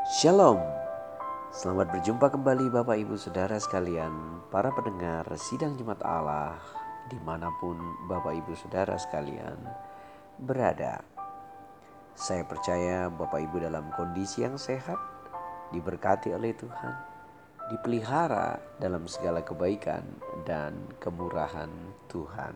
Shalom, selamat berjumpa kembali Bapak Ibu Saudara sekalian, para pendengar Sidang Jemaat Allah dimanapun Bapak Ibu Saudara sekalian berada. Saya percaya Bapak Ibu dalam kondisi yang sehat, diberkati oleh Tuhan, dipelihara dalam segala kebaikan dan kemurahan Tuhan.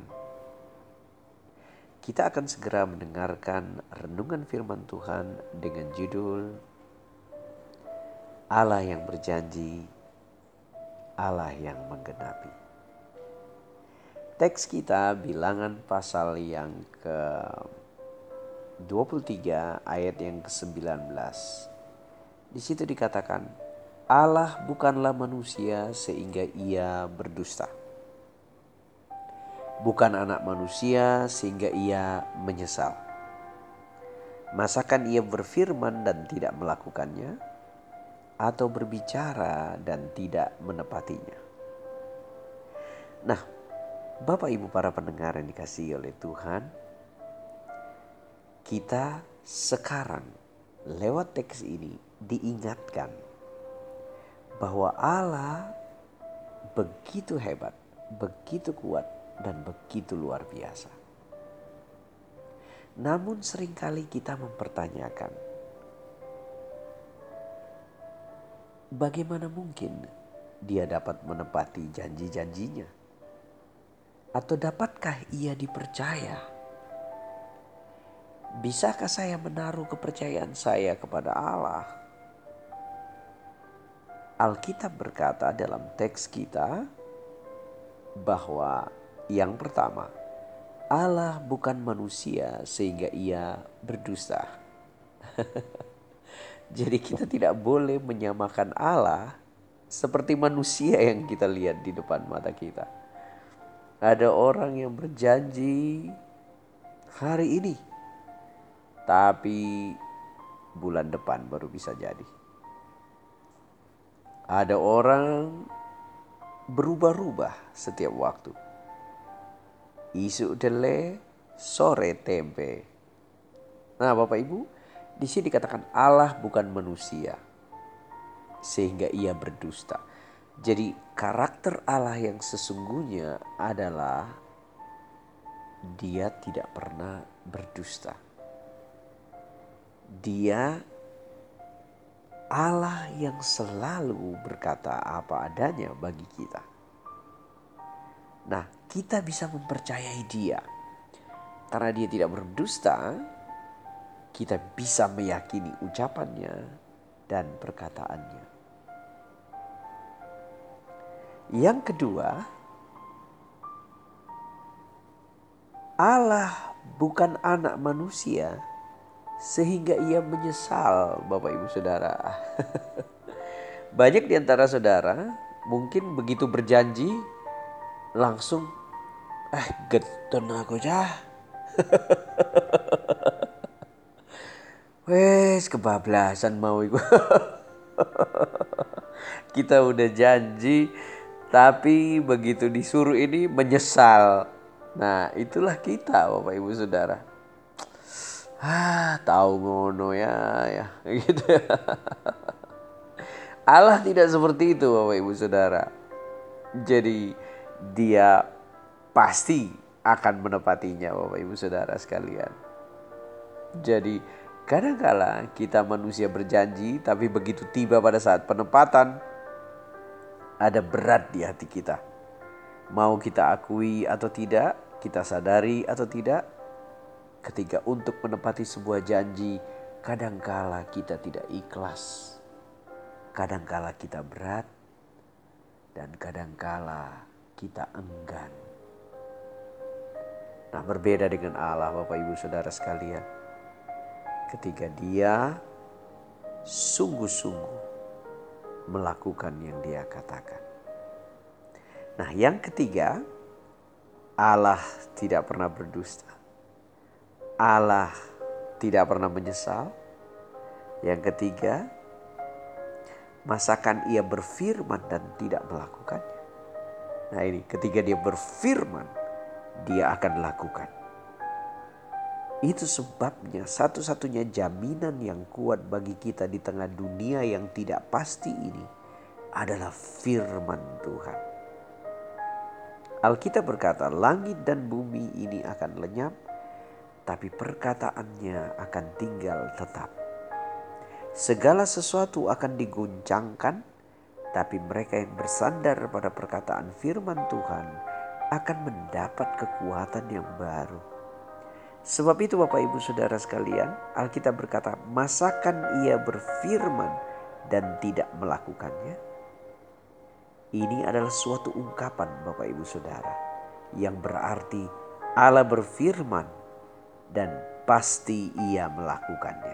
Kita akan segera mendengarkan renungan firman Tuhan dengan judul Allah yang berjanji, Allah yang menggenapi. Teks kita Bilangan pasal yang ke-23 ayat yang ke-19. Di situ dikatakan, Allah bukanlah manusia sehingga ia berdusta. Bukan anak manusia sehingga ia menyesal. Masakan ia berfirman dan tidak melakukannya, atau berbicara dan tidak menepatinya. Nah, Bapak Ibu para pendengar yang dikasihi oleh Tuhan, kita sekarang lewat teks ini diingatkan bahwa Allah begitu hebat, begitu kuat, dan begitu luar biasa. Namun seringkali kita mempertanyakan, bagaimana mungkin dia dapat menepati janji-janjinya? Atau dapatkah ia dipercaya? Bisakah saya menaruh kepercayaan saya kepada Allah? Alkitab berkata dalam teks kita bahwa yang pertama, Allah bukan manusia sehingga ia berdusta. Jadi kita tidak boleh menyamakan Allah seperti manusia yang kita lihat di depan mata kita. Ada orang yang berjanji hari ini, tapi bulan depan baru bisa jadi. Ada orang berubah-ubah setiap waktu. Isu dele, sore tempe. Nah Bapak Ibu, di sini dikatakan Allah bukan manusia sehingga ia berdusta. Jadi karakter Allah yang sesungguhnya adalah dia tidak pernah berdusta. Dia Allah yang selalu berkata apa adanya bagi kita. Nah, kita bisa mempercayai dia. Karena dia tidak berdusta, kita bisa meyakini ucapannya dan perkataannya. Yang kedua, Allah bukan anak manusia sehingga ia menyesal, Bapak Ibu Saudara. Banyak di antara saudara mungkin begitu berjanji langsung geton aku cah. Wes kebablasan mau iku. Kita udah janji tapi begitu disuruh ini menyesal. Nah, itulah kita Bapak Ibu Saudara. Tahu ngono ya gitu ya. Allah tidak seperti itu Bapak Ibu Saudara. Jadi dia pasti akan menepatinya Bapak Ibu Saudara sekalian. Jadi kadangkala kita manusia berjanji tapi begitu tiba pada saat penepatan ada berat di hati kita. Mau kita akui atau tidak, kita sadari atau tidak, ketika untuk menepati sebuah janji kadangkala kita tidak ikhlas. Kadangkala kita berat dan kadangkala kita enggan. Nah, berbeda dengan Allah Bapak Ibu Saudara sekalian. Ketika dia sungguh-sungguh melakukan yang dia katakan. Nah, yang ketiga, Allah tidak pernah berdusta. Allah tidak pernah menyesal. Yang ketiga, masakan ia berfirman dan tidak melakukannya. Nah ini, ketika dia berfirman, dia akan lakukan. Itu sebabnya satu-satunya jaminan yang kuat bagi kita di tengah dunia yang tidak pasti ini adalah firman Tuhan. Alkitab berkata, langit dan bumi ini akan lenyap, tapi perkataannya akan tinggal tetap. Segala sesuatu akan diguncangkan, tapi mereka yang bersandar pada perkataan firman Tuhan akan mendapat kekuatan yang baru. Sebab itu Bapak Ibu Saudara sekalian, Alkitab berkata, masakan ia berfirman dan tidak melakukannya? Ini adalah suatu ungkapan Bapak Ibu Saudara yang berarti Allah berfirman dan pasti ia melakukannya.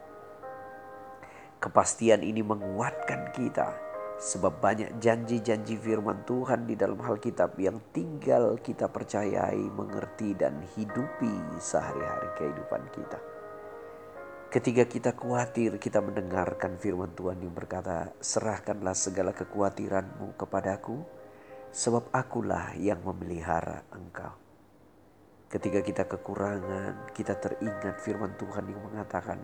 Kepastian ini menguatkan kita sebab banyak janji-janji firman Tuhan di dalam Alkitab yang tinggal kita percayai, mengerti dan hidupi sehari-hari kehidupan kita. Ketika kita khawatir, kita mendengarkan firman Tuhan yang berkata, serahkanlah segala kekhawatiranmu kepadaku, sebab akulah yang memelihara engkau. Ketika kita kekurangan, kita teringat firman Tuhan yang mengatakan,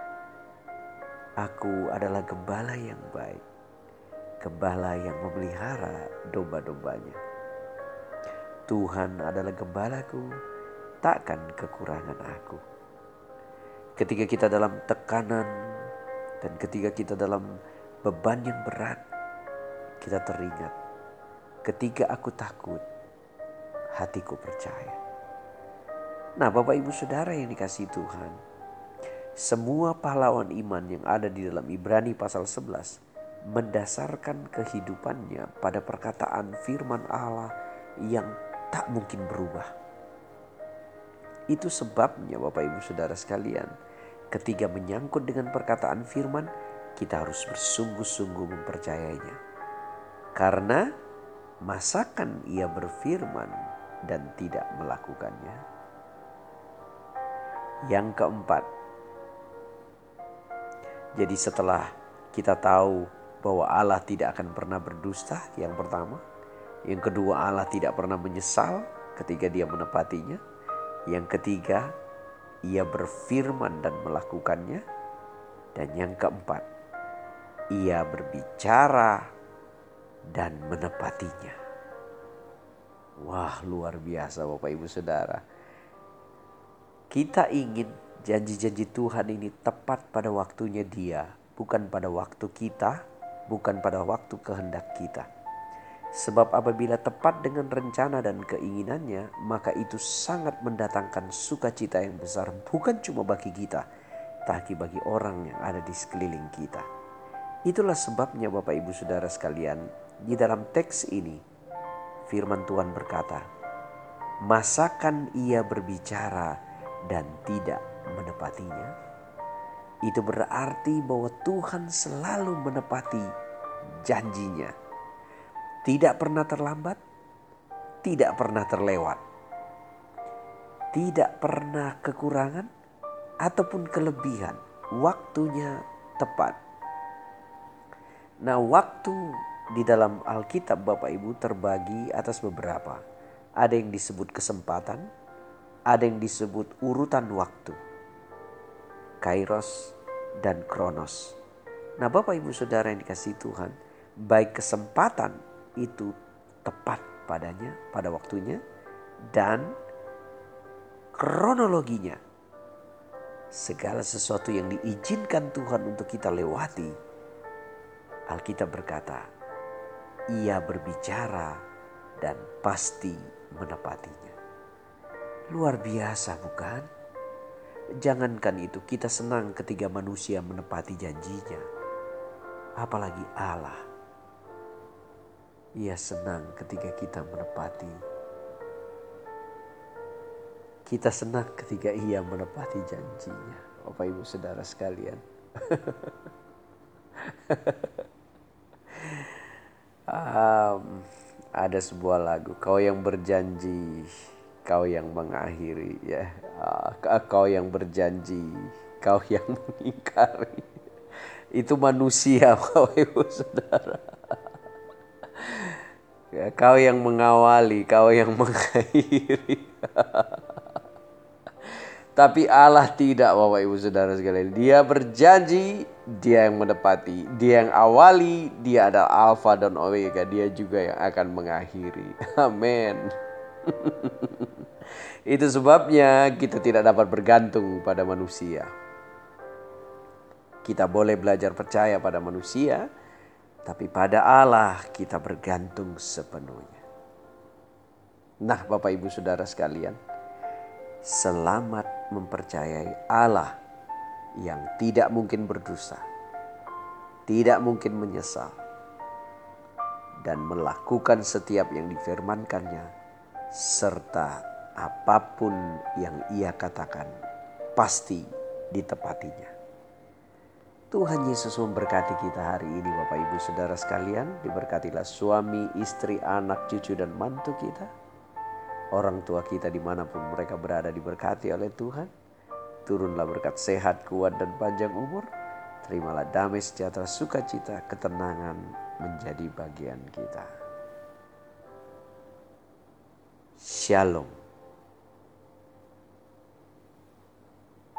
aku adalah gembala yang baik, gembala yang memelihara domba-dombanya. Tuhan adalah gembalaku, takkan kekurangan aku. Ketika kita dalam tekanan dan ketika kita dalam beban yang berat, kita teringat, ketika aku takut, hatiku percaya. Nah, Bapak Ibu Saudara yang dikasihi Tuhan, semua pahlawan iman yang ada di dalam Ibrani pasal 11 mendasarkan kehidupannya pada perkataan firman Allah yang tak mungkin berubah. Itu sebabnya Bapak Ibu Saudara sekalian, ketika menyangkut dengan perkataan firman, kita harus bersungguh-sungguh mempercayainya. Karena masakan ia berfirman dan tidak melakukannya. Yang keempat, jadi setelah kita tahu bahwa Allah tidak akan pernah berdusta, yang pertama. Yang kedua, Allah tidak pernah menyesal ketika dia menepatinya. Yang ketiga, ia berfirman dan melakukannya. Dan yang keempat, ia berbicara dan menepatinya. Wah, luar biasa Bapak Ibu Saudara. Kita ingin janji-janji Tuhan ini tepat pada waktunya dia, bukan pada waktu kita, bukan pada waktu kehendak kita. Sebab apabila tepat dengan rencana dan keinginannya, maka itu sangat mendatangkan sukacita yang besar, bukan cuma bagi kita, tapi bagi orang yang ada di sekeliling kita. Itulah sebabnya Bapak Ibu Saudara sekalian, di dalam teks ini firman Tuhan berkata, masakan ia berbicara dan tidak menepatinya? Itu berarti bahwa Tuhan selalu menepati janjinya. Tidak pernah terlambat, tidak pernah terlewat, tidak pernah kekurangan ataupun kelebihan. Waktunya tepat. Nah, waktu di dalam Alkitab Bapak Ibu terbagi atas beberapa. Ada yang disebut kesempatan, ada yang disebut urutan waktu, Kairos dan Kronos. Nah, Bapak Ibu Saudara yang dikasihi Tuhan, baik kesempatan itu tepat padanya, pada waktunya, dan kronologinya. Segala sesuatu yang diizinkan Tuhan untuk kita lewati, Alkitab berkata, ia berbicara dan pasti menepatinya. Luar biasa bukan? Jangankan itu, kita senang ketika manusia menepati janjinya. Apalagi Allah. Ia senang ketika kita menepati. Kita senang ketika ia menepati janjinya. Bapak Ibu Saudara sekalian. Ada sebuah lagu, kau yang berjanji, kau yang mengakhiri, ya. Kau yang berjanji, kau yang mengingkari. Itu manusia Bapak Ibu Saudara. Ya, kau yang mengawali, kau yang mengakhiri. Tapi Allah tidak, Bapak Ibu Saudara sekalian. Dia berjanji, dia yang menepati, dia yang awali, dia adalah Alfa dan Omega, dia juga yang akan mengakhiri. Amin. Itu sebabnya kita tidak dapat bergantung pada manusia. Kita boleh belajar percaya pada manusia, tapi pada Allah kita bergantung sepenuhnya. Nah, Bapak Ibu Saudara sekalian, selamat mempercayai Allah yang tidak mungkin berdosa, tidak mungkin menyesal, dan melakukan setiap yang difirmankannya, serta apapun yang ia katakan pasti ditepatinya. Tuhan Yesus memberkati kita hari ini, Bapak Ibu Saudara sekalian. Diberkatilah suami, istri, anak, cucu, dan mantu kita. Orang tua kita dimanapun mereka berada diberkati oleh Tuhan. Turunlah berkat sehat, kuat, dan panjang umur. Terimalah damai, sejahtera, sukacita, ketenangan menjadi bagian kita. Shalom.